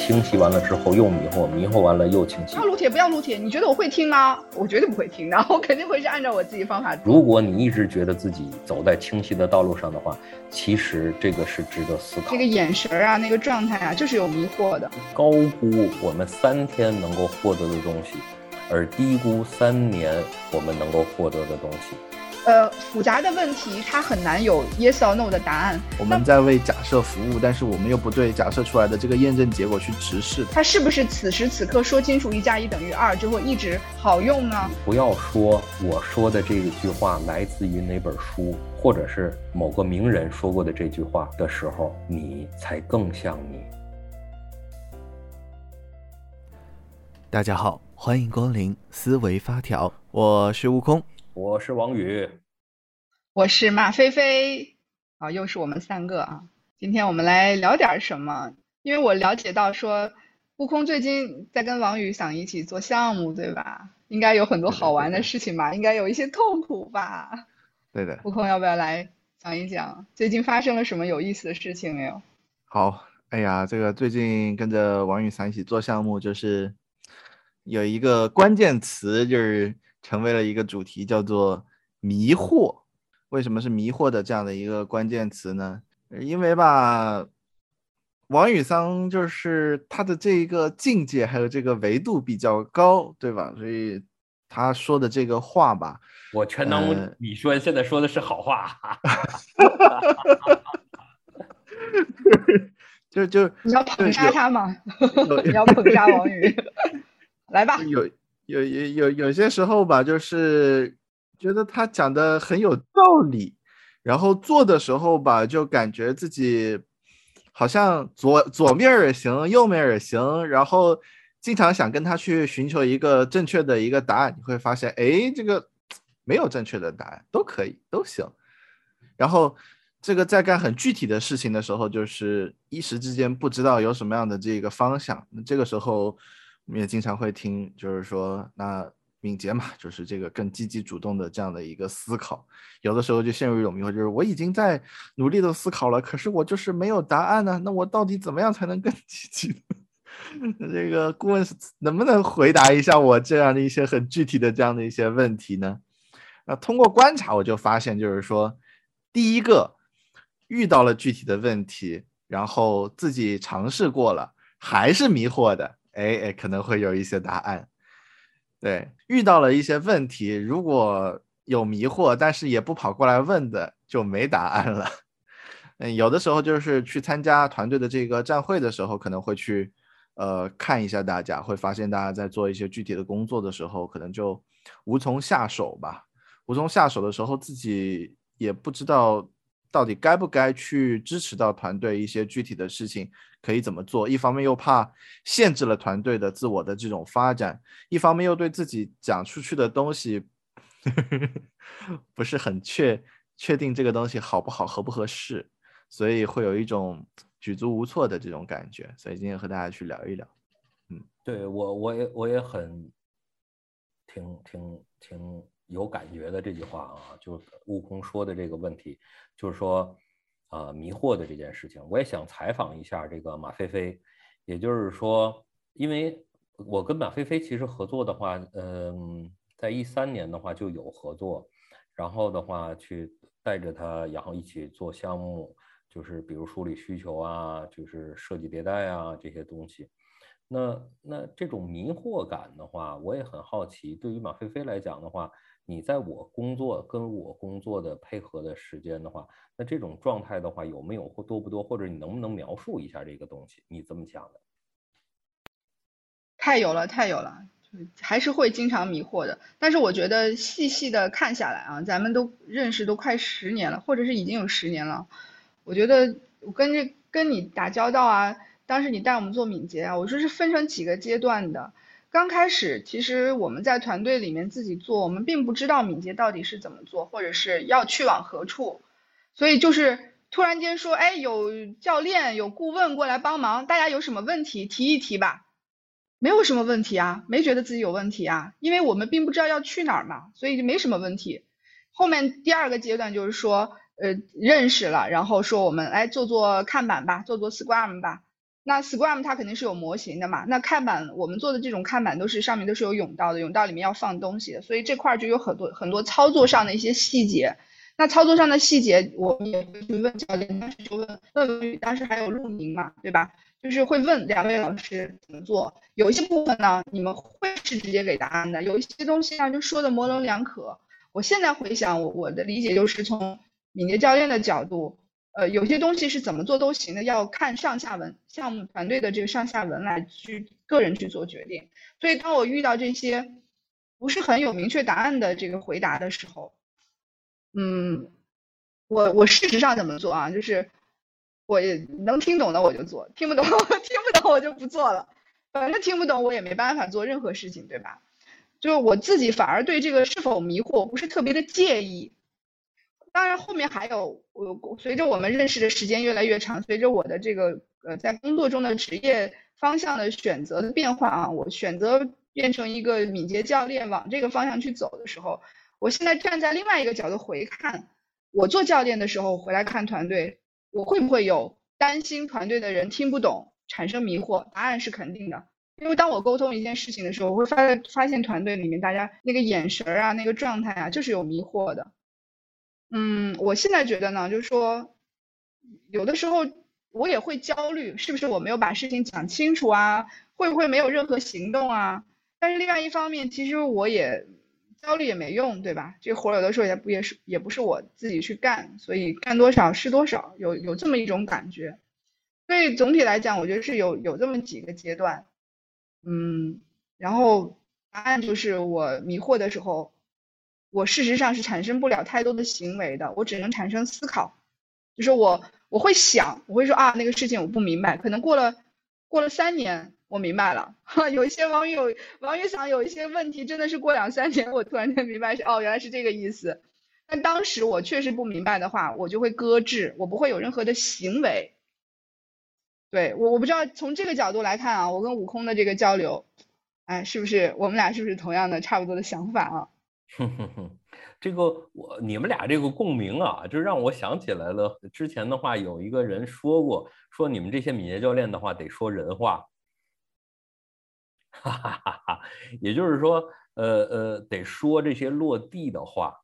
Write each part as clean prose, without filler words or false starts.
清晰完了之后又迷惑，迷惑完了又清晰。 要撸铁不要撸铁，你觉得我会听吗？我绝对不会听的，我肯定会是按照我自己方法做。 如果你一直觉得自己走在清晰的道路上的话，其实这个是值得思考。 那个眼神啊，那个状态啊，就是有迷惑的。 高估我们3天能够获得的东西，而低估3年我们能够获得的东西。 复杂的问题它很难有 yes or no 的答案。 我们在为假设服务，但是我们又不对假设出来的这个验证结果去直视。 它是不是此时此刻说清楚1+1=2就会一直好用呢？ 你不要说我说的这句话来自于哪本书，或者是某个名人说过的这句话的时候，你才更像你。 大家好，欢迎光临思维发条，我是悟空， 我是王宇， 我是马菲菲啊，又是我们3个啊。今天我们来聊点什么？因为我了解到说，悟空最近在跟王宇想一起做项目，对吧？应该有很多好玩的事情吧？应该有一些痛苦吧？ 对的。 悟空要不要来讲一讲最近发生了什么有意思的事情没有？ 好，哎呀，这个最近跟着王宇想一起做项目，就是有一个关键词，就是成为了一个主题，叫做迷惑。为什么是迷惑的这样的一个关键词呢？因为吧，王宇桑就是他的这个境界还有这个维度比较高，对吧？所以他说的这个话吧， 我全当你说现在说的是好话。 就你要捧杀他吗？你要捧杀王宇？来吧。 有些时候吧，就是觉得他讲的很有道理，然后做的时候吧，就感觉自己好像左面也行，右面也行，然后经常想跟他去寻求一个正确的一个答案，你会发现，哎，这个没有正确的答案，都可以，都行。然后这个在干很具体的事情的时候，就是一时之间不知道有什么样的这个方向。那这个时候我们也经常会听，就是说那敏捷嘛，就是这个更积极主动的这样的一个思考。有的时候就陷入一种迷惑，就是我已经在努力的思考了，可是我就是没有答案呢。那我到底怎么样才能更积极？这个顾问能不能回答一下我这样的一些很具体的这样的一些问题呢？那通过观察，我就发现，就是说，第一个遇到了具体的问题，然后自己尝试过了，还是迷惑的，哎，可能会有一些答案。对，遇到了一些问题，如果有迷惑，但是也不跑过来问的，就没答案了。有的时候就是去参加团队的这个站会的时候，可能会去看一下大家，会发现大家在做一些具体的工作的时候，可能就无从下手吧。无从下手的时候，自己也不知道到底该不该去支持到团队一些具体的事情可以怎么做。一方面又怕限制了团队的自我的这种发展，一方面又对自己讲出去的东西不是很确定这个东西好不好，合不合适，所以会有一种举足无措的这种感觉。所以今天和大家去聊一聊。 对，我也很挺有感觉的这句话啊，就悟空说的这个问题，就是说迷惑的这件事情，我也想采访一下这个马菲菲。也就是说，因为我跟马菲菲其实合作的话，在13年的话就有合作，然后的话去带着他，然后一起做项目，就是比如梳理需求啊，就是设计迭代啊这些东西。那这种迷惑感的话，我也很好奇，对于马菲菲来讲的话，你在跟我工作的配合的时间的话，那这种状态的话有没有或多不多，或者你能不能描述一下这个东西？你怎么想的？ 太有了，还是会经常迷惑的。但是我觉得细细的看下来啊，咱们都认识都快10年了，或者是已经有10年了。我觉得我跟你打交道啊，当时你带我们做敏捷啊，我说是分成几个阶段的。刚开始其实我们在团队里面自己做，我们并不知道敏捷到底是怎么做，或者是要去往何处，所以就是突然间说，哎，有教练有顾问过来帮忙，大家有什么问题提一提吧。没有什么问题啊，没觉得自己有问题啊，因为我们并不知道要去哪儿嘛，所以就没什么问题。后面第2个阶段就是说，认识了，然后说我们来做看板吧，做Scrum 吧。 那 Scrum 它肯定是有模型的嘛，那看板我们做的这种看板上面都是有甬道的，甬道里面要放东西的，所以这块就有很多操作上的一些细节。那操作上的细节，我们也会去问教练，当时就问语，当时还有录音嘛，对吧？就是会问2位老师怎么做。有一些部分呢，你们会是直接给答案的；有一些东西呢，就说的模棱两可。我现在回想，我的理解就是从敏捷教练的角度，有些东西是怎么做都行的，要看上下文，项目团队的这个上下文来个人去做决定。所以当我遇到这些不是很有明确答案的这个回答的时候，我事实上怎么做啊？就是我也能听懂的我就做，听不懂我就不做了。反正听不懂我也没办法做任何事情，对吧？就是我自己反而对这个是否迷惑不是特别的介意。当然后面还有随着我们认识的时间越来越长，随着我的这个在工作中的职业方向的选择的变化啊，我选择变成一个敏捷教练，往这个方向去走的时候，我现在站在另外一个角度回看，我做教练的时候回来看团队，我会不会有担心团队的人听不懂，产生迷惑？答案是肯定的。因为当我沟通一件事情的时候，我会发现团队里面大家那个眼神啊，那个状态啊，就是有迷惑的。我现在觉得呢，就是说，有的时候我也会焦虑，是不是我没有把事情讲清楚啊？会不会没有任何行动啊？但是另外一方面，其实我也焦虑也没用，对吧？这个活有的时候也不是我自己去干，所以干多少是多少，有这么一种感觉。所以总体来讲，我觉得是有这么几个阶段，然后答案就是我迷惑的时候。我事实上是产生不了太多的行为的，我只能产生思考，就是我会想，我会说啊那个事情我不明白，可能过了3年我明白了，有一些网友想有一些问题真的是过2、3年我突然间明白原来是这个意思，但当时我确实不明白的话，我就会搁置，我不会有任何的行为。对，我不知道从这个角度来看啊，我跟悟空的这个交流，哎，是不是我们俩是不是同样的差不多的想法啊？ 这个你们俩这个共鸣啊，就让我想起来了。之前的话，有一个人说过，说你们这些敏捷教练的话得说人话，哈哈哈哈。也就是说，得说这些落地的话。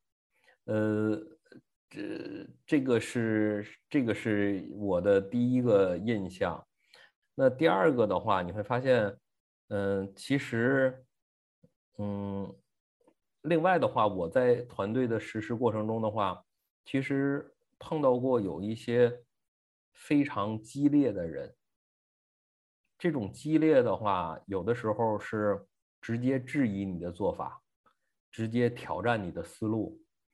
这个是我的第一个印象。那第二个的话，你会发现，其实，另外的话，我在团队的实施过程中的话，其实碰到过有一些非常激烈的人。这种激烈的话，有的时候是直接质疑你的做法，直接挑战你的思路，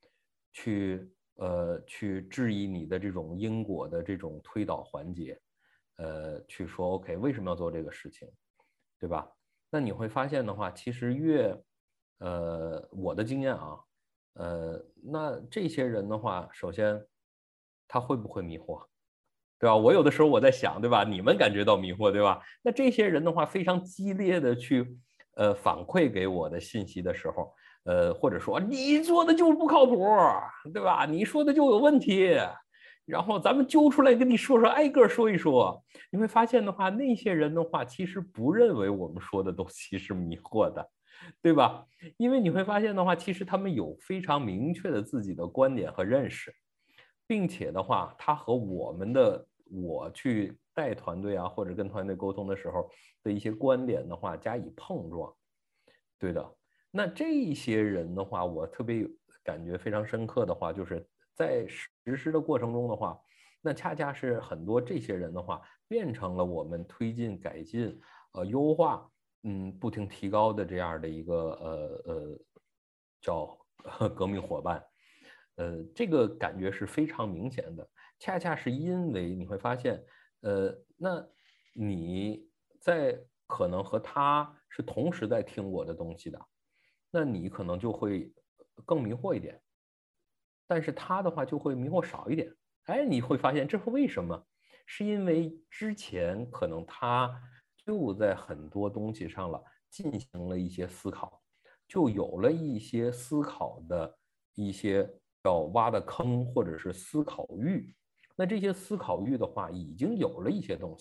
去质疑你的这种因果的这种推导环节，去说 OK 为什么要做这个事情，对吧？那你会发现的话，其实我的经验啊，那这些人的话，首先他会不会迷惑？对吧？我有的时候我在想，对吧？你们感觉到迷惑，对吧？那这些人的话，非常激烈的去反馈给我的信息的时候，或者说你做的就不靠谱，对吧？你说的就有问题，然后咱们揪出来跟你说说，挨个说一说。你会发现的话，那些人的话其实不认为我们说的东西是迷惑的，对吧？因为你会发现的话，其实他们有非常明确的自己的观点和认识。并且的话，他和我去带团队啊，或者跟团队沟通的时候的一些观点的话加以碰撞，对的。那这些人的话，我特别感觉非常深刻的话，就是在实施的过程中的话，那恰恰是很多这些人的话，变成了我们推进、改进、优化、不停提高的这样的一个叫革命伙伴。这个感觉是非常明显的，恰恰是因为你会发现，那你可能和他是同时在听我的东西的，那你可能就会更迷惑一点，但是他的话就会迷惑少一点。哎，你会发现这是为什么？是因为之前可能他就在很多东西上了进行了一些思考，就有了一些思考的一些叫挖的坑或者是思考欲。那这些思考欲的话，已经有了一些东西。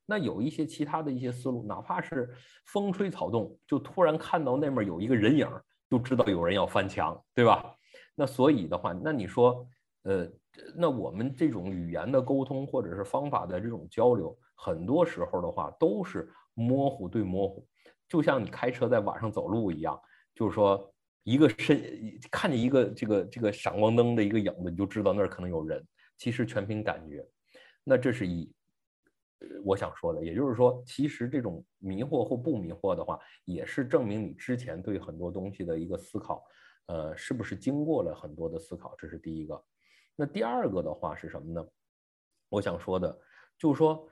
那有一些其他的一些思路，哪怕是风吹草动，就突然看到那面有一个人影，就知道有人要翻墙，对吧？那所以的话，那你说，那我们这种语言的沟通或者是方法的这种交流，很多时候的话都是模糊对模糊，就像你开车在晚上走路一样，就是说一个看见一个这个闪光灯的一个影子，你就知道那儿可能有人，其实全凭感觉。那这是我想说的，也就是说，其实这种迷惑或不迷惑的话，也是证明你之前对很多东西的一个思考，是不是经过了很多的思考，这是第一个。那第二个的话是什么呢？我想说的就是说，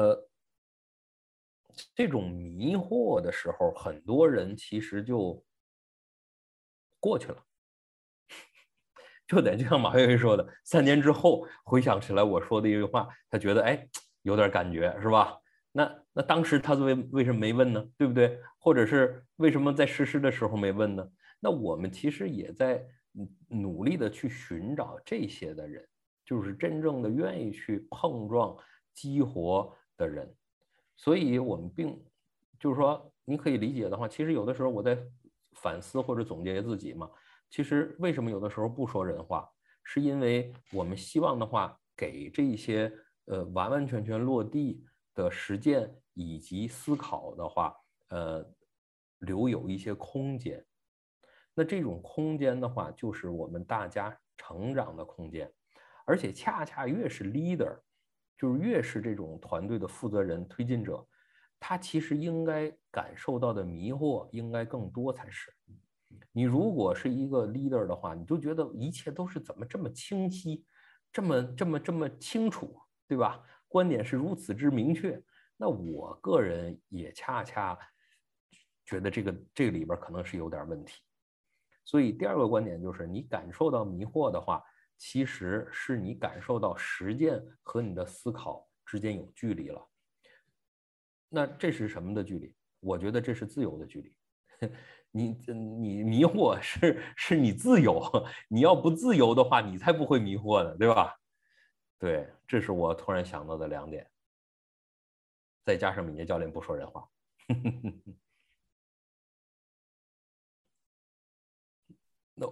这种迷惑的时候，很多人其实就过去了。就得就像马薇薇说的，3年之后回想起来我说的一句话，他觉得哎有点感觉是吧？那当时他为什么没问呢？对不对？或者是为什么在实施的时候没问呢？那我们其实也在努力的去寻找这些的人，就是真正的愿意去碰撞、激活的人。所以我们就是说，你可以理解的话，其实有的时候我在反思或者总结自己嘛。其实为什么有的时候不说人话，是因为我们希望的话，给这些完完全全落地的实践以及思考的话，留有一些空间。那这种空间的话，就是我们大家成长的空间，而且恰恰越是 leader，就是越是这种团队的负责人、推进者，他其实应该感受到的迷惑应该更多才是。你如果是一个 leader 的话，你就觉得一切都是怎么这么清晰，这么清楚，对吧？观点是如此之明确。那我个人也恰恰觉得这个里边可能是有点问题。所以第二个观点就是，你感受到迷惑的话，其实是你感受到实践和你的思考之间有距离了。那这是什么的距离？我觉得这是自由的距离。你迷惑是你自由，你要不自由的话，你才不会迷惑呢，对吧？对，这是我突然想到的2点，再加上敏捷教练不说人话。No，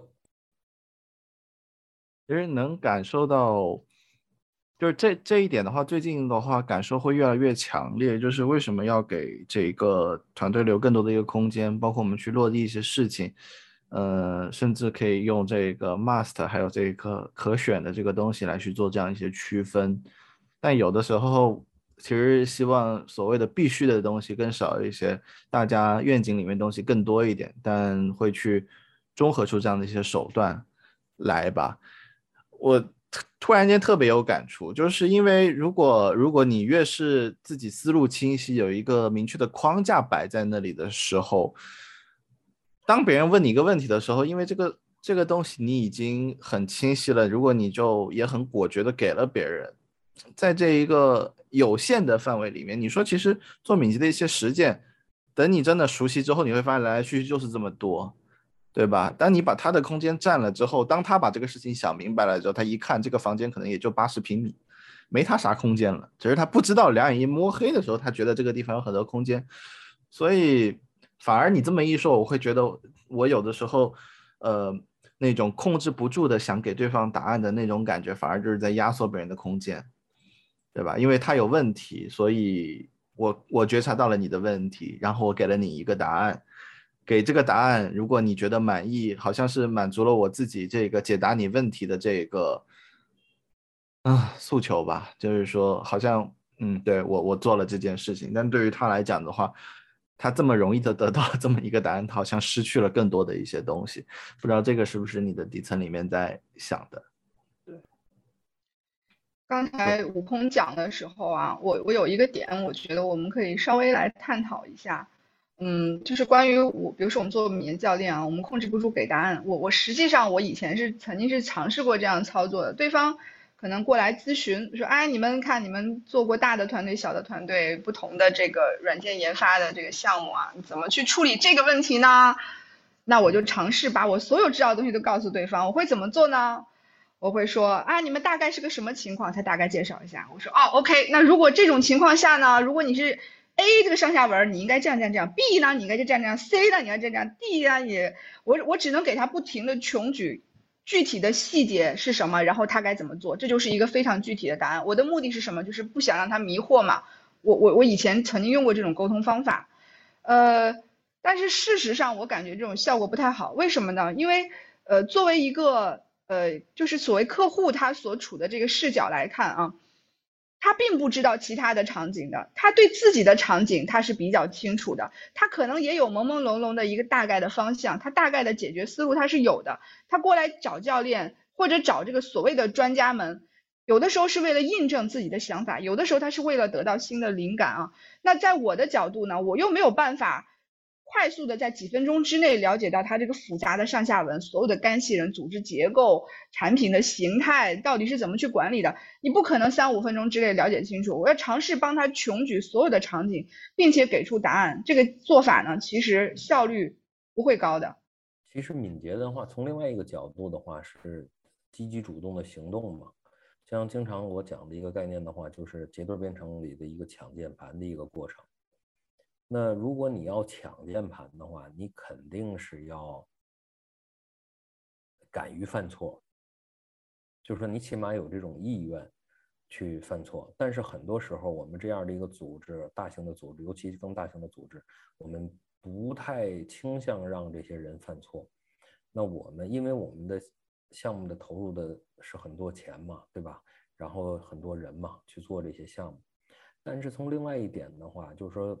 其实能感受到，就是这一点的话，最近的话感受会越来越强烈。就是为什么要给这个团队留更多的一个空间，包括我们去落地一些事情，甚至可以用这个 must 还有这个可选的这个东西来去做这样一些区分。但有的时候，其实希望所谓的必须的东西更少一些，大家愿景里面东西更多一点，但会去综合出这样的一些手段来吧。我突然间特别有感触，就是因为如果你越是自己思路清晰，有一个明确的框架摆在那里的时候，当别人问你一个问题的时候，因为这个东西你已经很清晰了，如果你就也很果决的给了别人，在这一个有限的范围里面，你说其实做敏捷的一些实践，等你真的熟悉之后，你会发现来来去去就是这么多。对吧？当你把他的空间占了之后，当他把这个事情想明白了之后，他一看这个房间可能也就80平米，没他啥空间了。只是他不知道两眼一摸黑的时候，他觉得这个地方有很多空间。所以反而你这么一说，我会觉得我有的时候，那种控制不住的想给对方答案的那种感觉，反而就是在压缩别人的空间，对吧？因为他有问题，所以我觉察到了你的问题，然后我给了你一个答案。给这个答案，如果你觉得满意，好像是满足了我自己这个解答你问题的这个诉求吧，就是说好像对我做了这件事情，但对于他来讲的话，他这么容易的得到这么一个答案，他好像失去了更多的一些东西，不知道这个是不是你的底层里面在想的？对， 刚才悟空讲的时候啊，我有一个点，我觉得我们可以稍微来探讨一下。就是关于比如说我们做敏捷教练啊，我们控制不住给答案。我实际上我以前曾经是尝试过这样操作的，对方可能过来咨询说，哎，你们看你们做过大的团队、小的团队，不同的这个软件研发的这个项目啊，你怎么去处理这个问题呢？那我就尝试把我所有知道的东西都告诉对方，我会怎么做呢？ 我会说啊，你们大概是个什么情况？他大概介绍一下。我说哦，OK，那如果这种情况下呢，如果你是 A 这个上下文，你应该这样这样这样；B 呢，你应该就这样这样；C 呢，你要这样这样；D 呢，我只能给他不停的穷举具体的细节是什么，然后他该怎么做，这就是一个非常具体的答案。我的目的是什么？就是不想让他迷惑嘛。我以前曾经用过这种沟通方法，但是事实上我感觉这种效果不太好。为什么呢？因为作为一个就是所谓客户他所处的这个视角来看啊，他并不知道其他的场景的，他对自己的场景他是比较清楚的，他可能也有朦朦胧胧的一个大概的方向，他大概的解决思路他是有的。他过来找教练或者找这个所谓的专家们，有的时候是为了印证自己的想法，有的时候他是为了得到新的灵感啊。那在我的角度呢，我又没有办法快速的在几分钟之内了解到它这个复杂的上下文，所有的干系人、组织结构、产品的形态到底是怎么去管理的，你不可能3-5分钟之内了解清楚。我要尝试帮他穷举所有的场景，并且给出答案。这个做法呢，其实效率不会高的。 其实敏捷的话，从另外一个角度的话，是积极主动的行动嘛。像经常我讲的一个概念的话，就是结对编程里的一个抢键盘的一个过程。那如果你要抢键盘的话，你肯定是要敢于犯错，就是说你起码有这种意愿去犯错。但是很多时候我们这样的一个组织，大型的组织，尤其更大型的组织，我们不太倾向让这些人犯错。那我们因为我们的项目的投入的是很多钱嘛，对吧？然后很多人嘛去做这些项目。但是从另外一点的话，就是说，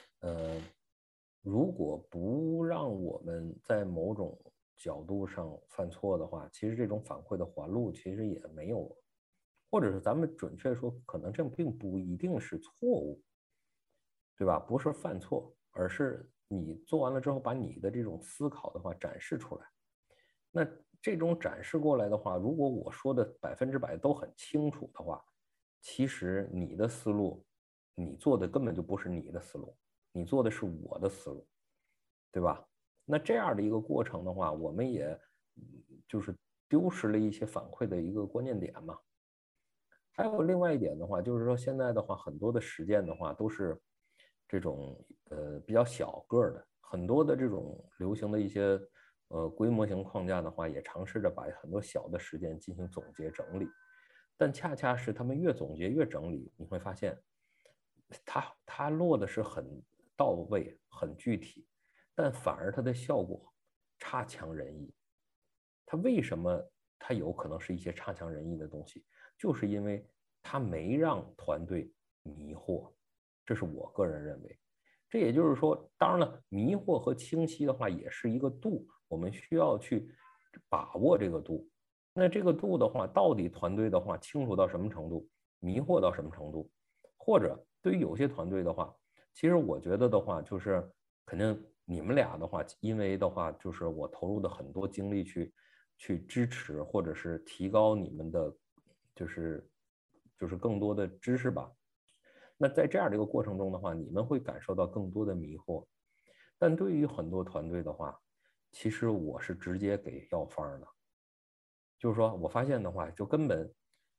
如果不让我们在某种角度上犯错的话，其实这种反馈的环路其实也没有，或者是咱们准确说，可能这并不一定是错误，对吧？不是犯错，而是你做完了之后，把你的这种思考的话展示出来。那这种展示过来的话，如果我说的100%都很清楚的话，其实你的思路，你做的根本就不是你的思路，你做的是我的思路，对吧？那这样的一个过程的话，我们也就是丢失了一些反馈的一个关键点嘛。还有另外一点的话，就是说现在的话，很多的实践的话都是这种比较小个的，很多的这种流行的一些规模型框架的话，也尝试着把很多小的实践进行总结整理，但恰恰是他们越总结越整理，你会发现它落的是很到位、很具体，但反而它的效果差强人意。它为什么它有可能是一些差强人意的东西？就是因为它没让团队迷惑，这是我个人认为。这也就是说，当然了，迷惑和清晰的话也是一个度，我们需要去把握这个度。那这个度的话，到底团队的话清楚到什么程度，迷惑到什么程度？或者对于有些团队的话，其实我觉得的话，就是肯定你们俩的话，因为的话，就是我投入的很多精力去支持或者是提高你们的，就是更多的知识吧。那在这样的一个过程中的话，你们会感受到更多的迷惑。但对于很多团队的话，其实我是直接给药方的，就是说我发现的话，就根本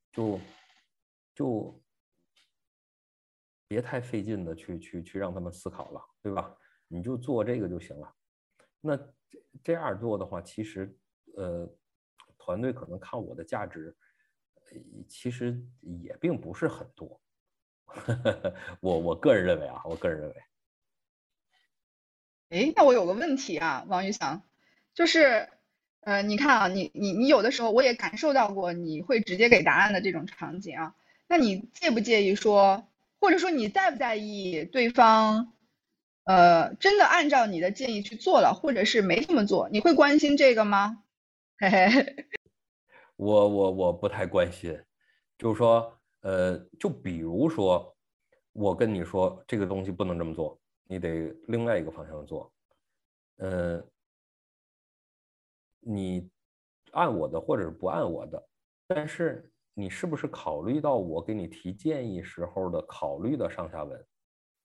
就别太费劲的去让他们思考了，对吧？你就做这个就行了。那这样做的话，其实团队可能看我的价值，其实也并不是很多。我个人认为啊，我个人认为。 诶，那我有个问题啊，王宇翔，就是，你看啊，你有的时候我也感受到过你会直接给答案的这种场景啊，那你介不介意说，或者说你在不在意对方，真的按照你的建议去做了，或者是没这么做，你会关心这个吗？嘿嘿。 我不太关心，就是说，就比如说，我跟你说这个东西不能这么做，你得另外一个方向做，你按我的或者是不按我的，但是你是不是考虑到我给你提建议时候的考虑的上下文，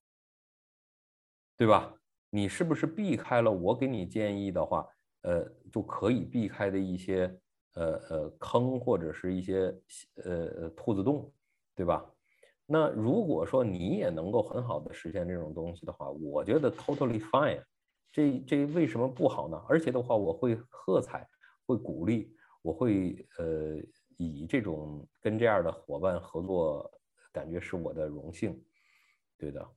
对吧？你是不是避开了我给你建议的话，就可以避开的一些坑或者是一些兔子洞，对吧？那如果说你也能够很好的实现这种东西的话，我觉得 totally fine。这为什么不好呢？而且的话，我会喝彩，会鼓励，我会以这种跟这样的伙伴合作，感觉是我的荣幸，对的。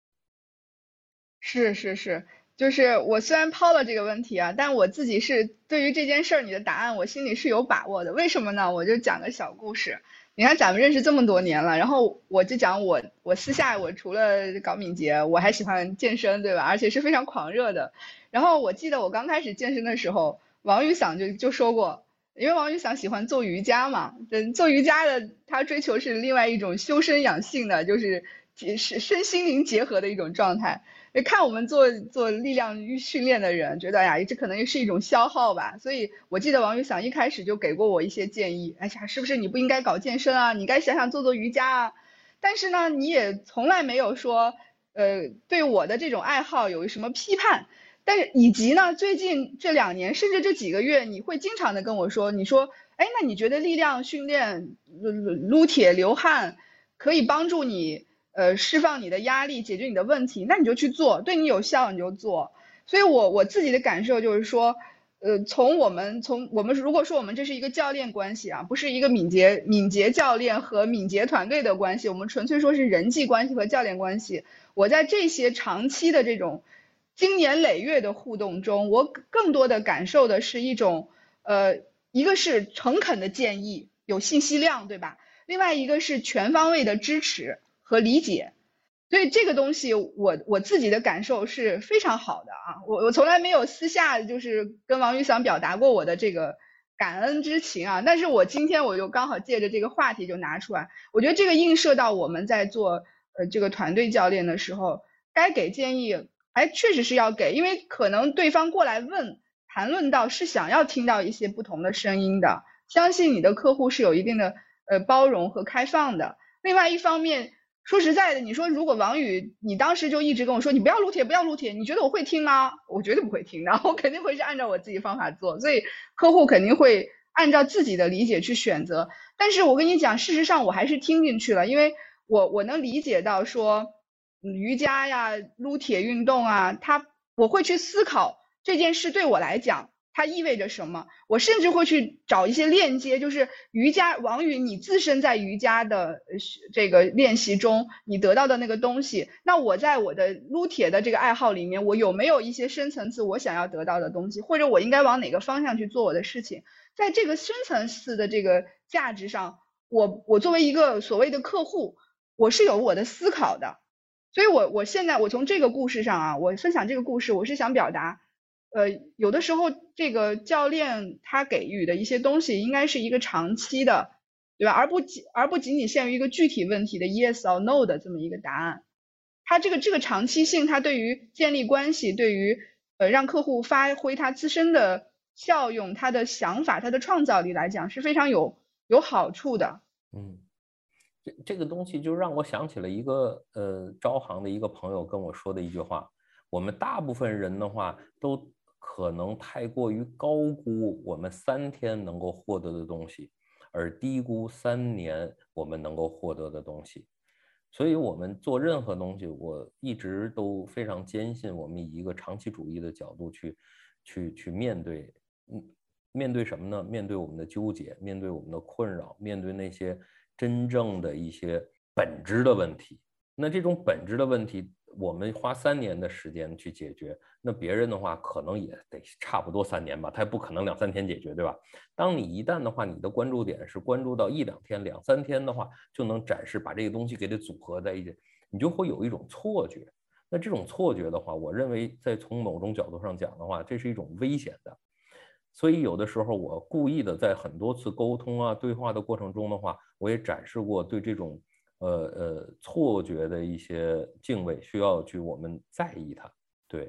是是是，就是我虽然抛了这个问题啊，但我自己是对于这件事儿你的答案我心里是有把握的。为什么呢？我就讲个小故事。你看咱们认识这么多年了，然后我就讲我私下我除了搞敏捷，我还喜欢健身，对吧？而且是非常狂热的。然后我记得我刚开始健身的时候，王宇桑就说过，因为王宇桑喜欢做瑜伽嘛，做瑜伽的他追求是另外一种修身养性的，就是身心灵结合的一种状态。看我们做力量训练的人，觉得呀，这可能是一种消耗吧。所以我记得王宇想一开始就给过我一些建议，哎呀，是不是你不应该搞健身啊？你该想想做瑜伽啊。但是呢，你也从来没有说，对我的这种爱好有什么批判。但是以及呢，最近这2年甚至这几个月，你会经常的跟我说，你说，哎，那你觉得力量训练、撸铁、流汗可以帮助你？释放你的压力，解决你的问题，那你就去做，对你有效你就做。所以我自己的感受就是说，从我们如果说我们这是一个教练关系啊，不是一个敏捷教练和敏捷团队的关系，我们纯粹说是人际关系和教练关系。我在这些长期的这种经年累月的互动中，我更多的感受的是一种一个是诚恳的建议，有信息量，对吧？另外一个是全方位的支持和理解，所以这个东西我自己的感受是非常好的啊，我从来没有私下就是跟王宇想表达过我的这个感恩之情啊，但是我今天我就刚好借着这个话题就拿出来，我觉得这个映射到我们在做这个团队教练的时候，该给建议，哎，确实是要给，因为可能对方过来问谈论到是想要听到一些不同的声音的，相信你的客户是有一定的包容和开放的。另外一方面，说实在的，你说如果王宇你当时就一直跟我说你不要撸铁，不要撸铁，你觉得我会听吗？我绝对不会听的，我肯定会是按照我自己方法做，所以客户肯定会按照自己的理解去选择。但是我跟你讲，事实上我还是听进去了，因为我能理解到说，瑜伽呀、撸铁运动啊，我会去思考这件事对我来讲它意味着什么，我甚至会去找一些链接，就是瑜伽，王宇你自身在瑜伽的这个练习中你得到的那个东西，那我在我的撸铁的这个爱好里面，我有没有一些深层次我想要得到的东西，或者我应该往哪个方向去做我的事情，在这个深层次的这个价值上，我作为一个所谓的客户，我是有我的思考的。所以我现在我从这个故事上啊，我分享这个故事，我是想表达，有的时候这个教练他给予的一些东西，应该是一个长期的，对吧？而不仅仅限于一个具体问题的 yes or no 的这么一个答案。它这个长期性，它对于建立关系，对于让客户发挥他自身的效用、他的想法、他的创造力来讲，是非常有好处的。 嗯。这个东西就让我想起了一个招行的一个朋友跟我说的一句话：我们大部分人的话都可能太过于高估我们3天能够获得的东西，而低估3年我们能够获得的东西。所以我们做任何东西，我一直都非常坚信，我们以一个长期主义的角度去面对，面对什么呢？面对我们的纠结，面对我们的困扰，面对那些真正的一些本质的问题。那这种本质的问题，我们花3年的时间去解决，那别人的话可能也得差不多3年吧，他也不可能2、3天解决，对吧？当你一旦的话，你的关注点是关注到1、2天、2、3天的话，就能展示把这个东西给它组合在一起，你就会有一种错觉。那这种错觉的话，我认为在从某种角度上讲的话，这是一种危险的。所以有的时候我故意的在很多次沟通啊对话的过程中的话，我也展示过对这种错觉的一些敬畏，需要去我们在意它。对。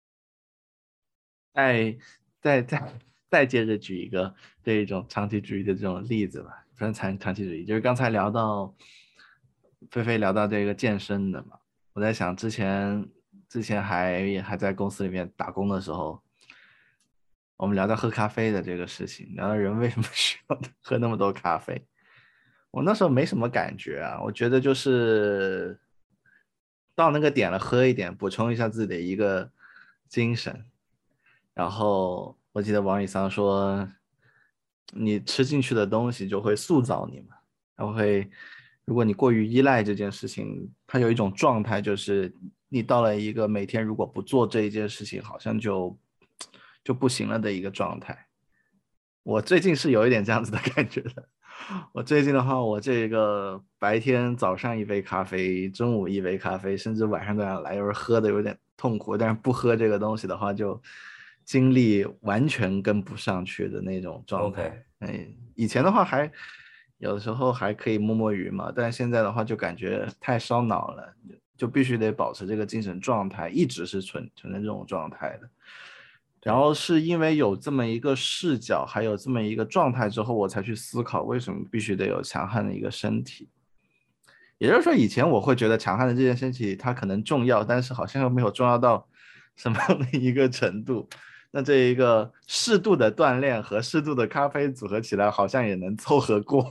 再接着举一个这种长期主义的这种例子吧，不是长期主义，就是刚才聊到菲菲聊到这个健身的嘛，我在想之前还在公司里面打工的时候， 我们聊到喝咖啡的这个事情，聊到人为什么需要喝那么多咖啡。我那时候没什么感觉啊，我觉得就是到那个点了喝一点，补充一下自己的一个精神。然后我记得王以桑说，你吃进去的东西就会塑造你嘛，它会，如果你过于依赖这件事情，它有一种状态，就是你到了一个每天如果不做这一件事情，好像就不行了的一个状态。我最近是有一点这样子的感觉的。我最近的话，我这个白天早上一杯咖啡，中午一杯咖啡，甚至晚上都要来，有时候喝的有点痛苦，但是不喝这个东西的话，就精力完全跟不上去的那种状态。以前的话还有的时候还可以摸摸鱼嘛，但是现在的话就感觉太烧脑了，就必须得保持这个精神状态，一直是存在这种状态的。然后是因为有这么一个视角，还有这么一个状态之后，我才去思考为什么必须得有强悍的一个身体。也就是说，以前我会觉得强悍的这件身体它可能重要，但是好像又没有重要到什么样的一个程度。那这一个适度的锻炼和适度的咖啡组合起来，好像也能凑合过。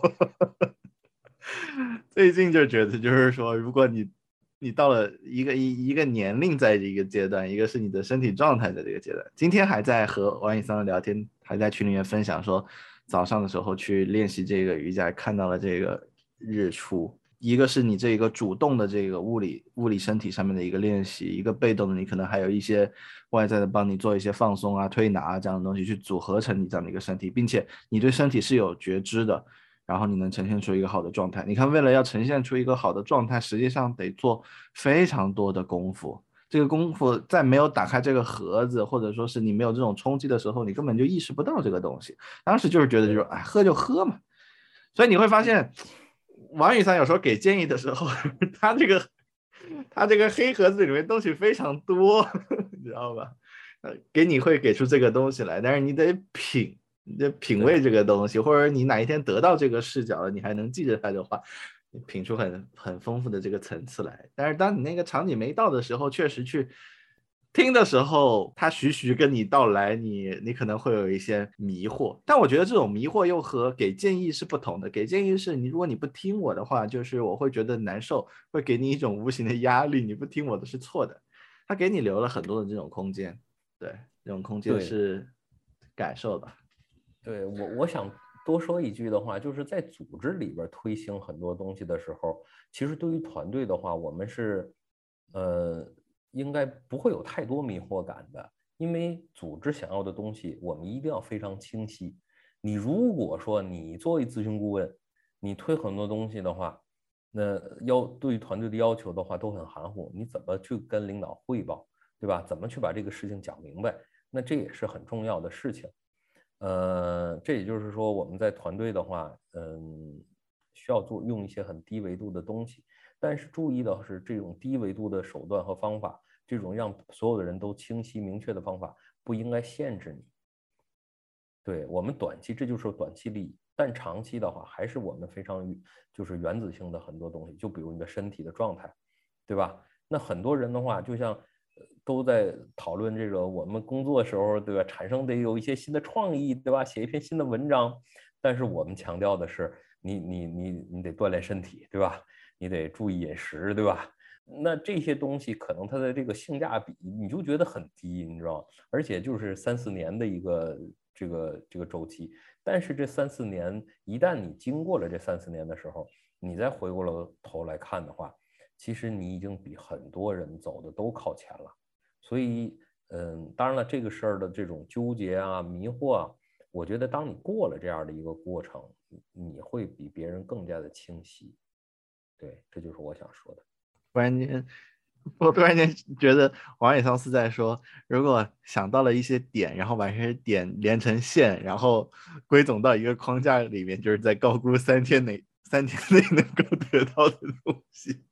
最近就觉得，就是说，如果你到了一个年龄，在这个阶段，一个是你的身体状态在这个阶段。今天还在和王以桑聊天，还在群里面分享说，早上的时候去练习这个瑜伽，看到了这个日出。一个是你这个主动的这个物理身体上面的一个练习，一个被动的，你可能还有一些外在的帮你做一些放松啊、推拿啊这样的东西，去组合成你这样的一个身体，并且你对身体是有觉知的。然后你能呈现出一个好的状态。你看，为了要呈现出一个好的状态，实际上得做非常多的功夫。这个功夫在没有打开这个盒子，或者说是你没有这种冲击的时候，你根本就意识不到这个东西。当时就是觉得，就是哎，喝就喝嘛。所以你会发现，王宇桑有时候给建议的时候，他这个黑盒子里面东西非常多，你知道吧？你会给出这个东西来，但是你得品。你的品味这个东西，或者你哪一天得到这个视角了，你还能记着它的话，你品出很丰富的这个层次来。但是当你那个场景没到的时候，确实去听的时候，它徐徐跟你到来，你可能会有一些迷惑。但我觉得这种迷惑又和给建议是不同的。给建议是你如果你不听我的话，就是我会觉得难受，会给你一种无形的压力，你不听我的是错的。他给你留了很多的这种空间，对，这种空间是感受吧。 对，我想多说一句的话，就是在组织里边推行很多东西的时候，其实对于团队的话，我们是应该不会有太多迷惑感的，因为组织想要的东西，我们一定要非常清晰。你如果说你作为咨询顾问，你推很多东西的话，那对于团队的要求的话都很含糊，你怎么去跟领导汇报，对吧？怎么去把这个事情讲明白？那这也是很重要的事情。这也就是说，我们在团队的话，需要用一些很低维度的东西，但是注意的是，这种低维度的手段和方法，这种让所有的人都清晰明确的方法，不应该限制你。对，我们短期这就是短期利益，但长期的话，还是我们非常就是原子性的很多东西，就比如你的身体的状态，对吧？那很多人的话，就像都在讨论这个我们工作的时候，对吧？产生得有一些新的创意，对吧？写一篇新的文章，但是我们强调的是，你得锻炼身体，对吧？你得注意饮食，对吧？那这些东西可能它的这个性价比，你就觉得很低，你知道吗？而且就是3-4年的一个这个周期，但是这3-4年，一旦你经过了这3-4年的时候，你再回过了头来看的话，其实你已经比很多人走的都靠前了。所以，当然了，这个事儿的这种纠结啊、迷惑啊，我觉得当你过了这样的一个过程，你会比别人更加的清晰。对，这就是我想说的。 我突然间觉得王以桑是在说，如果想到了一些点，然后把这些点连成线，然后归总到一个框架里面，就是在高估3天内能够得到的东西。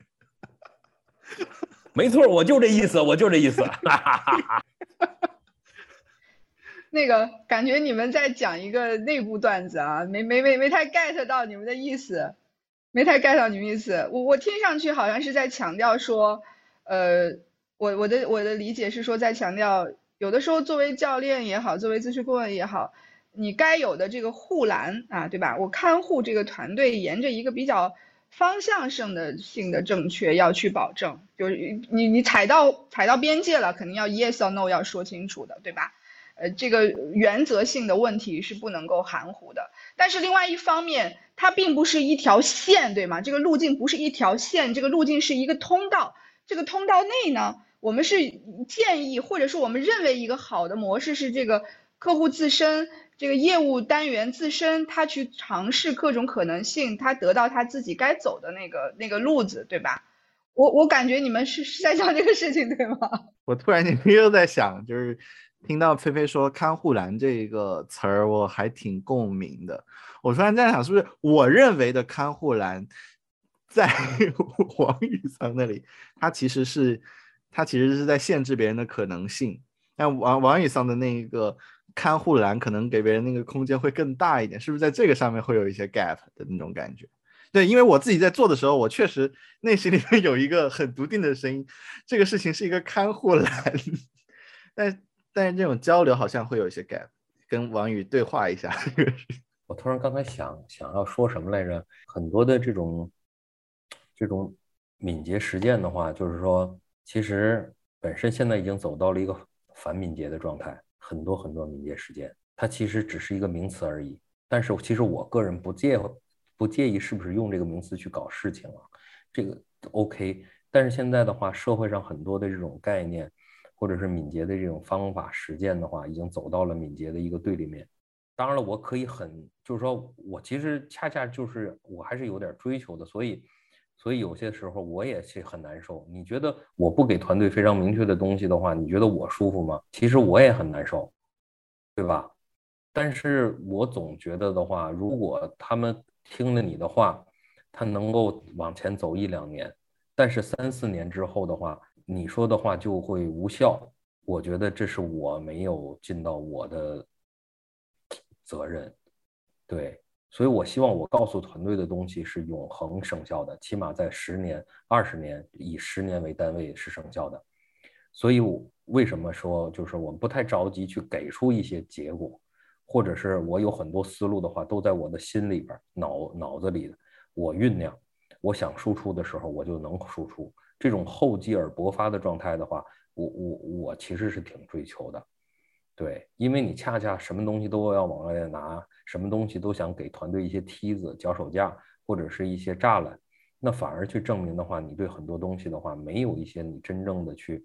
没错，我就这意思，我就这意思。 那个感觉你们在讲一个内部段子啊，没太 get 到你们的意思，没太 get 到你们意思。我听上去好像是在强调说，我的理解是说在强调有的时候作为教练也好，作为咨询顾问也好，你该有的这个护栏啊，对吧？我看护这个团队，沿着一个比较方向性的正确要去保证，就是你踩到边界了，肯定要 yes or no 要说清楚的，对吧？这个原则性的问题是不能够含糊的。但是另外一方面，它并不是一条线，对吗？这个路径不是一条线，这个路径是一个通道。这个通道内呢，我们是建议，或者说我们认为一个好的模式是这个客户自身，这个业务单元自身，他去尝试各种可能性，他得到他自己该走的那个路子，对吧？我感觉你们是在讲这个事情，对吗？ 我突然间又在想，就是听到菲菲说看护栏这个词儿，我还挺共鸣的。我突然在想，是不是我认为的看护栏，在王宇桑那里，他其实是在限制别人的可能性。但王宇桑的那个看护栏，可能给别人那个空间会更大一点，是不是在这个上面会有一些 gap 的那种感觉？对，因为我自己在做的时候，我确实内心里面有一个很笃定的声音，这个事情是一个看护栏，但是这种交流好像会有一些 gap， 跟王宇对话一下。 我突然刚才想要说什么来着？很多的这种敏捷实践的话，就是说，其实本身现在已经走到了一个反敏捷的状态，很多敏捷实践，它其实只是一个名词而已。但是其实我个人不介意是不是用这个名词去搞事情啊，这个 OK。但是现在的话，社会上很多的这种概念，或者是敏捷的这种方法实践的话，已经走到了敏捷的一个对立面。当然了，我可以就是说我其实恰恰就是我还是有点追求的，所以有些时候我也是很难受。你觉得我不给团队非常明确的东西的话，你觉得我舒服吗？其实我也很难受，对吧？但是我总觉得的话，如果他们听了你的话，他能够往前走1-2年，但是3-4年之后的话，你说的话就会无效。我觉得这是我没有尽到我的责任，对，所以我希望我告诉团队的东西是永恒生效的，起码在10年、20年，以10年为单位是生效的。所以我为什么说，就是我们不太着急去给出一些结果，或者是我有很多思路的话，都在我的心里边、脑子里的，我酝酿，我想输出的时候，我就能输出。这种厚积而薄发的状态的话，我其实是挺追求的。对，因为你恰恰什么东西都要往外拿，什么东西都想给团队一些梯子、脚手架或者是一些栅栏，那反而去证明的话，你对很多东西的话，没有一些你真正的去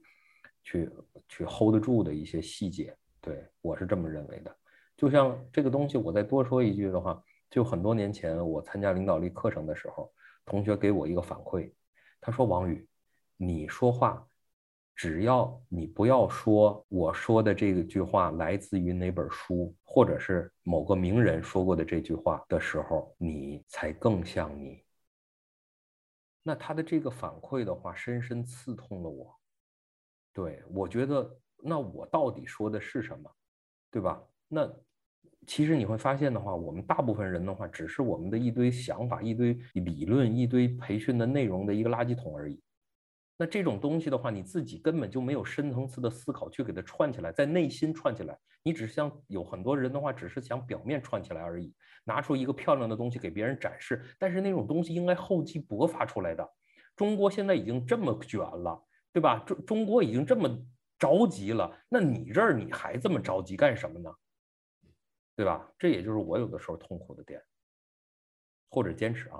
hold 得住的一些细节。对，我是这么认为的。就像这个东西，我再多说一句的话，就很多年前我参加领导力课程的时候，同学给我一个反馈，他说：“王宇，你说话。”只要你不要说我说的这句话来自于哪本书，或者是某个名人说过的这句话的时候，你才更像你。那他的这个反馈的话，深深刺痛了我。对，我觉得那我到底说的是什么，对吧？那其实你会发现的话，我们大部分人的话，只是我们的一堆想法、一堆理论、一堆培训的内容的一个垃圾桶而已。那这种东西的话，你自己根本就没有深层次的思考去给它串起来，在内心串起来。你只是想有很多人的话，只是想表面串起来而已，拿出一个漂亮的东西给别人展示。但是那种东西应该厚积薄发出来的。中国现在已经这么卷了，对吧？中国已经这么着急了，那你这儿你还这么着急干什么呢？对吧？这也就是我有的时候痛苦的点，或者坚持啊。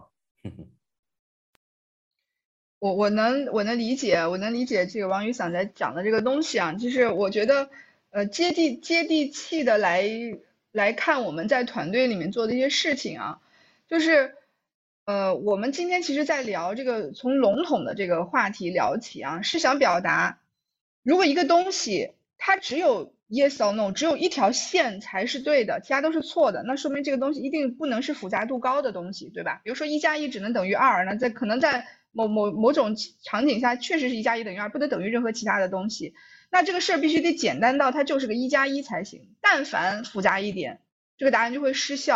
我能理解，我能理解这个王宇想在讲的这个东西啊，就是我觉得，接地气的来看我们在团队里面做的一些事情啊，就是，我们今天其实在聊这个从笼统的这个话题聊起啊，是想表达，如果一个东西它只有 yes or no， 只有一条线才是对的，其他都是错的，那说明这个东西一定不能是复杂度高的东西，对吧？比如说1+1只能等于2，那可能在某种场景下确实是1+1等于2，不能等于任何其他的东西。那这个事儿必须得简单到它就是个1+1才行。但凡复杂一点，这个答案就会失效。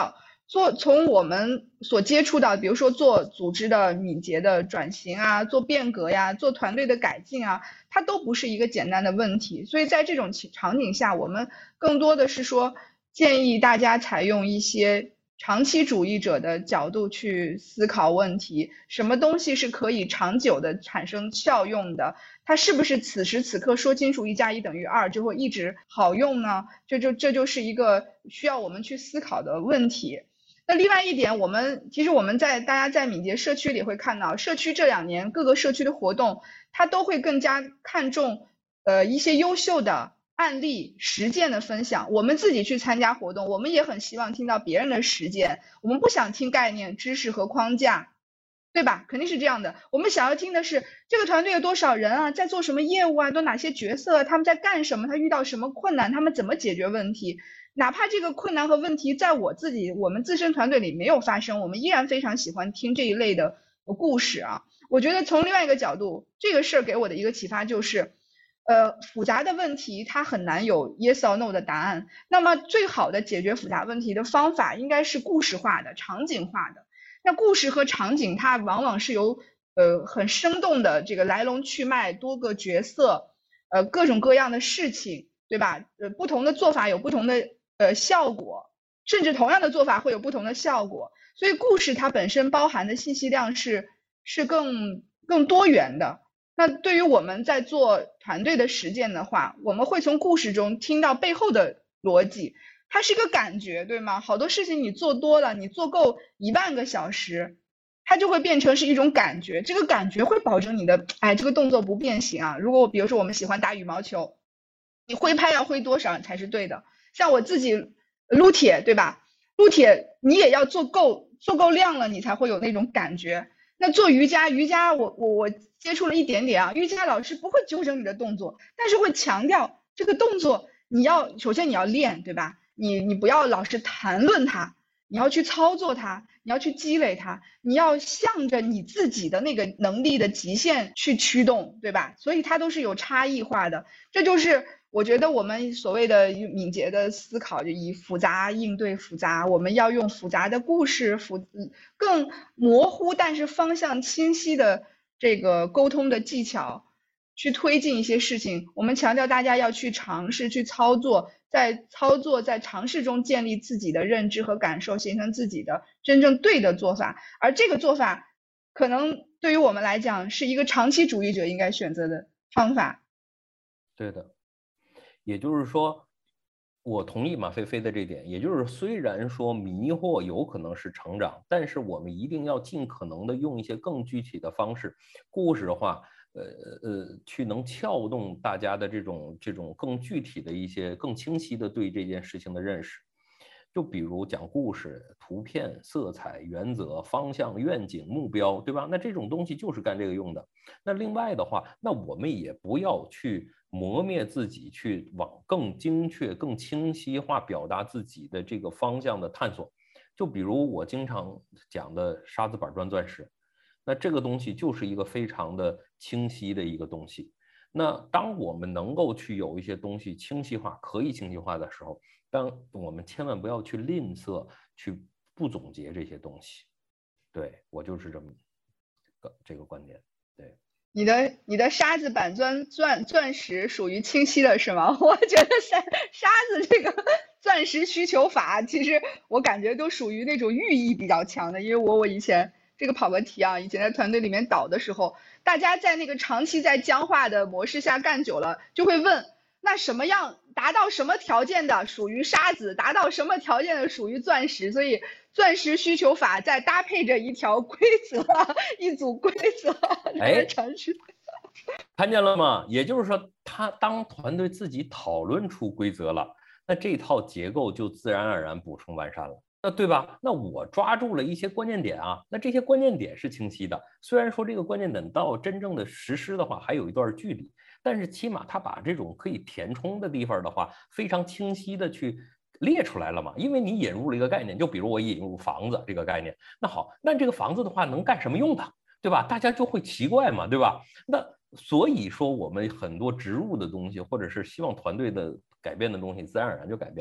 从我们所接触到，比如说做组织的敏捷的转型啊，做变革呀，做团队的改进啊，它都不是一个简单的问题。所以在这种场景下，我们更多的是说建议大家采用一些长期主义者的角度去思考问题，什么东西是可以长久的产生效用的，它是不是此时此刻说清楚1+1=2就会一直好用呢？这就是一个需要我们去思考的问题。那另外一点，其实我们大家在敏捷社区里会看到，社区这2年各个社区的活动，它都会更加看重一些优秀的案例实践的分享。我们自己去参加活动，我们也很希望听到别人的实践，我们不想听概念、知识和框架，对吧？肯定是这样的。我们想要听的是这个团队有多少人啊，在做什么业务啊，都哪些角色啊，他们在干什么，他遇到什么困难，他们怎么解决问题。哪怕这个困难和问题在我们自身团队里没有发生，我们依然非常喜欢听这一类的故事啊。我觉得从另外一个角度，这个事儿给我的一个启发就是，复杂的问题它很难有 yes or no 的答案。那么最好的解决复杂问题的方法应该是故事化的、场景化的。那故事和场景它往往是由很生动的这个来龙去脉、多个角色、各种各样的事情，对吧？不同的做法有不同的效果，甚至同样的做法会有不同的效果。所以故事它本身包含的信息量是更多元的。那对于我们在做团队的实践的话，我们会从故事中听到背后的逻辑，它是一个感觉，对吗？好多事情你做多了，你做够10000个小时，它就会变成是一种感觉，这个感觉会保证你的这个动作不变形啊。如果比如说我们喜欢打羽毛球，你挥拍要挥多少才是对的？像我自己撸铁，对吧？撸铁你也要做够量了，你才会有那种感觉。那做瑜伽我接触了一点点啊，瑜伽老师不会纠正你的动作，但是会强调这个动作首先你要练，对吧？你不要老是谈论它，你要去操作它，你要去积累它，你要向着你自己的那个能力的极限去驱动，对吧？所以它都是有差异化的，这就是我觉得我们所谓的敏捷的思考，就以复杂应对复杂，我们要用复杂的故事，更模糊但是方向清晰的这个沟通的技巧，去推进一些事情。我们强调大家要去尝试、去操作，在尝试中建立自己的认知和感受，形成自己的真正对的做法。而这个做法，可能对于我们来讲，是一个长期主义者应该选择的方法。 对的。也就是说，我同意马飞飞的这点，也就是虽然说迷惑有可能是成长，但是我们一定要尽可能的用一些更具体的方式，故事化，去能撬动大家的这种更具体的一些、更清晰的对这件事情的认识。就比如讲故事、图片、色彩、原则、方向、愿景、目标，对吧？那这种东西就是干这个用的。那另外的话，那我们也不要去磨灭自己，去往更精确、更清晰化表达自己的这个方向的探索。就比如我经常讲的沙子板砖钻石，那这个东西就是一个非常的清晰的一个东西。那当我们能够去有一些东西清晰化、可以清晰化的时候，但我们千万不要去吝啬，去不总结这些东西。对，我就是这个观点。对， 你的沙子板钻石属于清晰的是吗？我觉得沙子这个钻石需求法，其实我感觉都属于那种寓意比较强的。因为我以前这个跑个题啊，以前在团队里面导的时候，大家在那个长期在僵化的模式下干久了，就会问，那什么样达到什么条件的属于沙子，达到什么条件的属于钻石。所以钻石需求法再搭配着一条规则，一组规则来尝试。 看见了吗？也就是说，当团队自己讨论出规则了，那这套结构就自然而然补充完善了。那对吧？那我抓住了一些关键点啊，那这些关键点是清晰的。虽然说这个关键点到真正的实施的话还有一段距离，但是起码他把这种可以填充的地方的话，非常清晰的去列出来了嘛。因为你引入了一个概念，就比如我引入房子这个概念，那好，那这个房子的话能干什么用的，对吧？大家就会奇怪嘛，对吧？那所以说我们很多植入的东西，或者是希望团队的改变的东西，自然而然就改变了。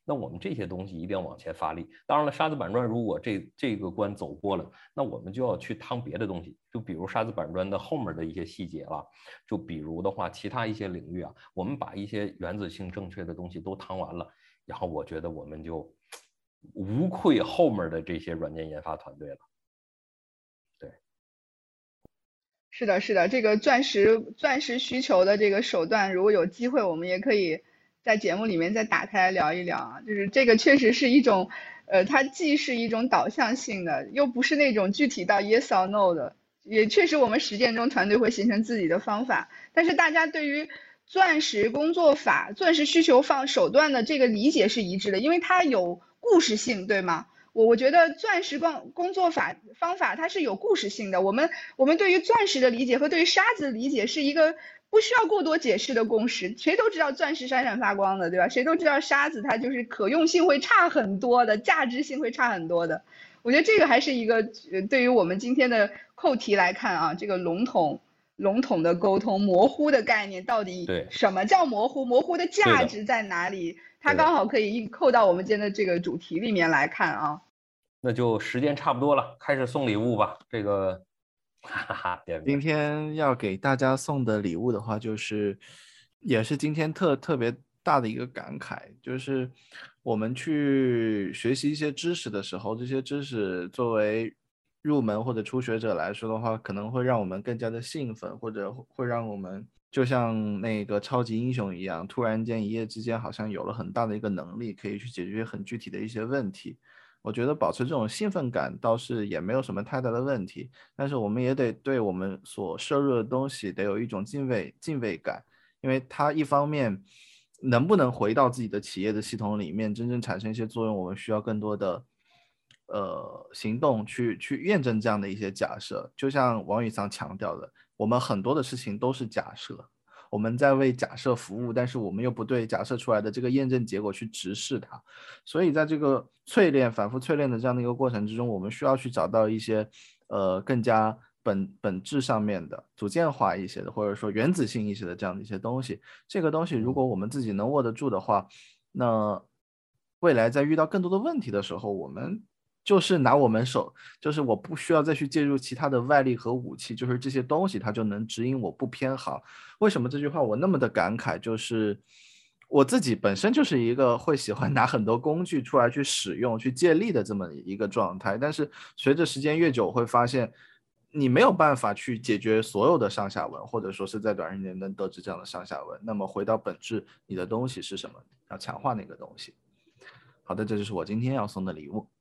那我们这些东西一定要往前发力。当然了，沙子板砖如果这个关走过了，那我们就要去趟别的东西，就比如沙子板砖的后面的一些细节了，就比如的话，其他一些领域啊，我们把一些原子性正确的东西都趟完了，然后我觉得我们就无愧后面的这些软件研发团队了。对， 是的，是的，这个钻石需求的这个手段，如果有机会，我们也可以在节目里面再打开来聊一聊啊。就是这个确实是一种，它既是一种导向性的，又不是那种具体到 yes or no 的，也确实我们实践中团队会形成自己的方法。但是大家对于钻石工作法、钻石需求手段的这个理解是一致的，因为它有故事性，对吗？我觉得钻石工作方法它是有故事性的。我们对于钻石的理解和对于沙子的理解是一个不需要过多解释的共识。谁都知道钻石闪闪发光的，对吧？谁都知道沙子它就是可用性会差很多的，价值性会差很多的。我觉得这个还是一个对于我们今天的扣题来看啊，这个笼统的沟通，模糊的概念到底什么叫模糊？模糊的价值在哪里？它刚好可以扣到我们今天的这个主题里面来看啊。 那就时间差不多了，开始送礼物吧。这个，哈哈， 今天要给大家送的礼物的话，就是也是今天特别大的一个感慨，就是我们去学习一些知识的时候，这些知识作为入门或者初学者来说的话，可能会让我们更加的兴奋，或者会让我们就像那个超级英雄一样，突然间一夜之间好像有了很大的一个能力，可以去解决很具体的一些问题。我觉得保持这种兴奋感倒是也没有什么太大的问题，但是我们也得对我们所摄入的东西得有一种敬畏感，因为它一方面能不能回到自己的企业的系统里面真正产生一些作用，我们需要更多的行动去验证这样的一些假设。就像王宇桑强调的，我们很多的事情都是假设，我们在为假设服务，但是我们又不对假设出来的这个验证结果去直视它，所以在这个反复淬炼的这样的一个过程之中，我们需要去找到一些更加本质上面的组件化一些的，或者说原子性一些的这样的一些东西。这个东西如果我们自己能握得住的话，那未来在遇到更多的问题的时候，我们就是拿我们手，就是我不需要再去介入其他的外力和武器，就是这些东西它就能指引我不偏航。为什么这句话我那么的感慨？就是我自己本身就是一个会喜欢拿很多工具出来去使用、去借力的这么一个状态，但是随着时间越久，我会发现你没有办法去解决所有的上下文，或者说是在短时间能得知这样的上下文。那么回到本质，你的东西是什么？要强化那个东西。好的，这就是我今天要送的礼物。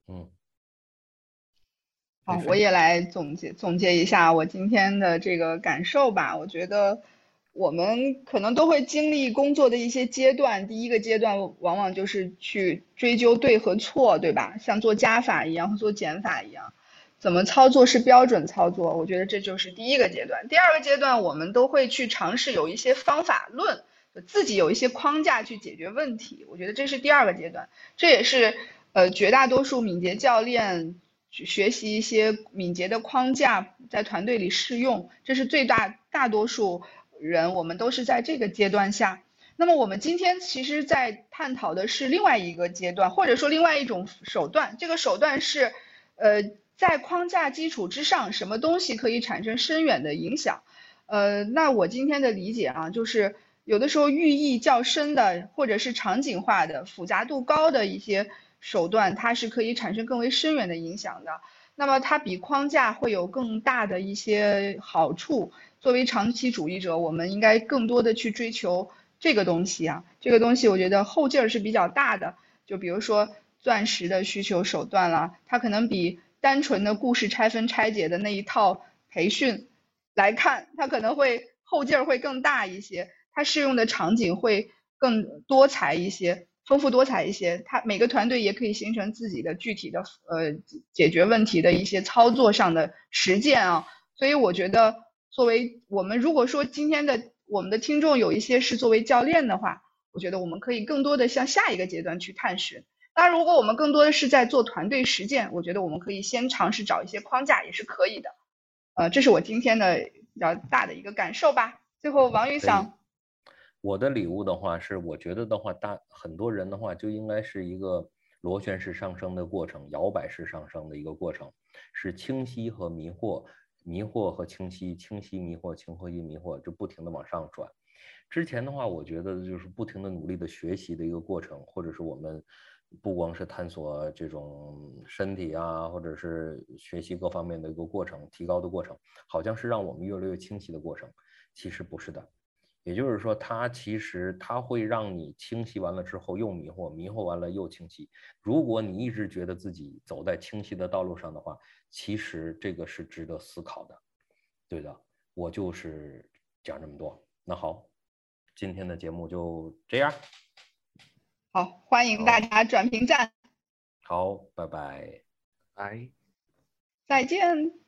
好，我也来总结一下我今天的这个感受吧。我觉得我们可能都会经历工作的一些阶段，第一个阶段往往就是去追究对和错，对吧？像做加法一样，做减法一样，怎么操作是标准操作？我觉得这就是第一个阶段。第二个阶段，我们都会去尝试有一些方法论，自己有一些框架去解决问题。我觉得这是第二个阶段，这也是绝大多数敏捷教练去学习一些敏捷的框架，在团队里适用，这是大多数人，我们都是在这个阶段下。那么我们今天其实在探讨的是另外一个阶段，或者说另外一种手段。这个手段是，在框架基础之上，什么东西可以产生深远的影响？那我今天的理解啊，就是有的时候寓意较深的，或者是场景化的、复杂度高的一些手段，它是可以产生更为深远的影响的。那么它比框架会有更大的一些好处。作为长期主义者，我们应该更多的去追求这个东西啊。这个东西我觉得后劲儿是比较大的。就比如说钻石的需求手段啦，它可能比单纯的故事拆分拆解的那一套培训来看，它可能会后劲儿会更大一些，它适用的场景会更多彩一些。丰富多彩一些，它每个团队也可以形成自己的具体的解决问题的一些操作上的实践啊。所以我觉得，作为我们如果说今天的我们的听众有一些是作为教练的话，我觉得我们可以更多的向下一个阶段去探寻。当然，如果我们更多的是在做团队实践，我觉得我们可以先尝试找一些框架也是可以的。这是我今天的比较大的一个感受吧。最后，王宇想。 我的礼物的话是，我觉得的话，很多人的话就应该是一个螺旋式上升的过程，摇摆式上升的一个过程，是清晰和迷惑，迷惑和清晰，清晰迷惑，清晰迷惑，就不停的往上转。之前的话，我觉得就是不停的努力的学习的一个过程，或者是我们不光是探索这种身体啊，或者是学习各方面的一个过程，提高的过程，好像是让我们越来越清晰的过程，其实不是的。也就是说，其实它会让你清晰完了之后又迷惑，迷惑完了又清晰。如果你一直觉得自己走在清晰的道路上的话，其实这个是值得思考的。对的，我就是讲这么多。那好，今天的节目就这样。 好，欢迎大家转评赞。 好，拜拜。 哎， 再见。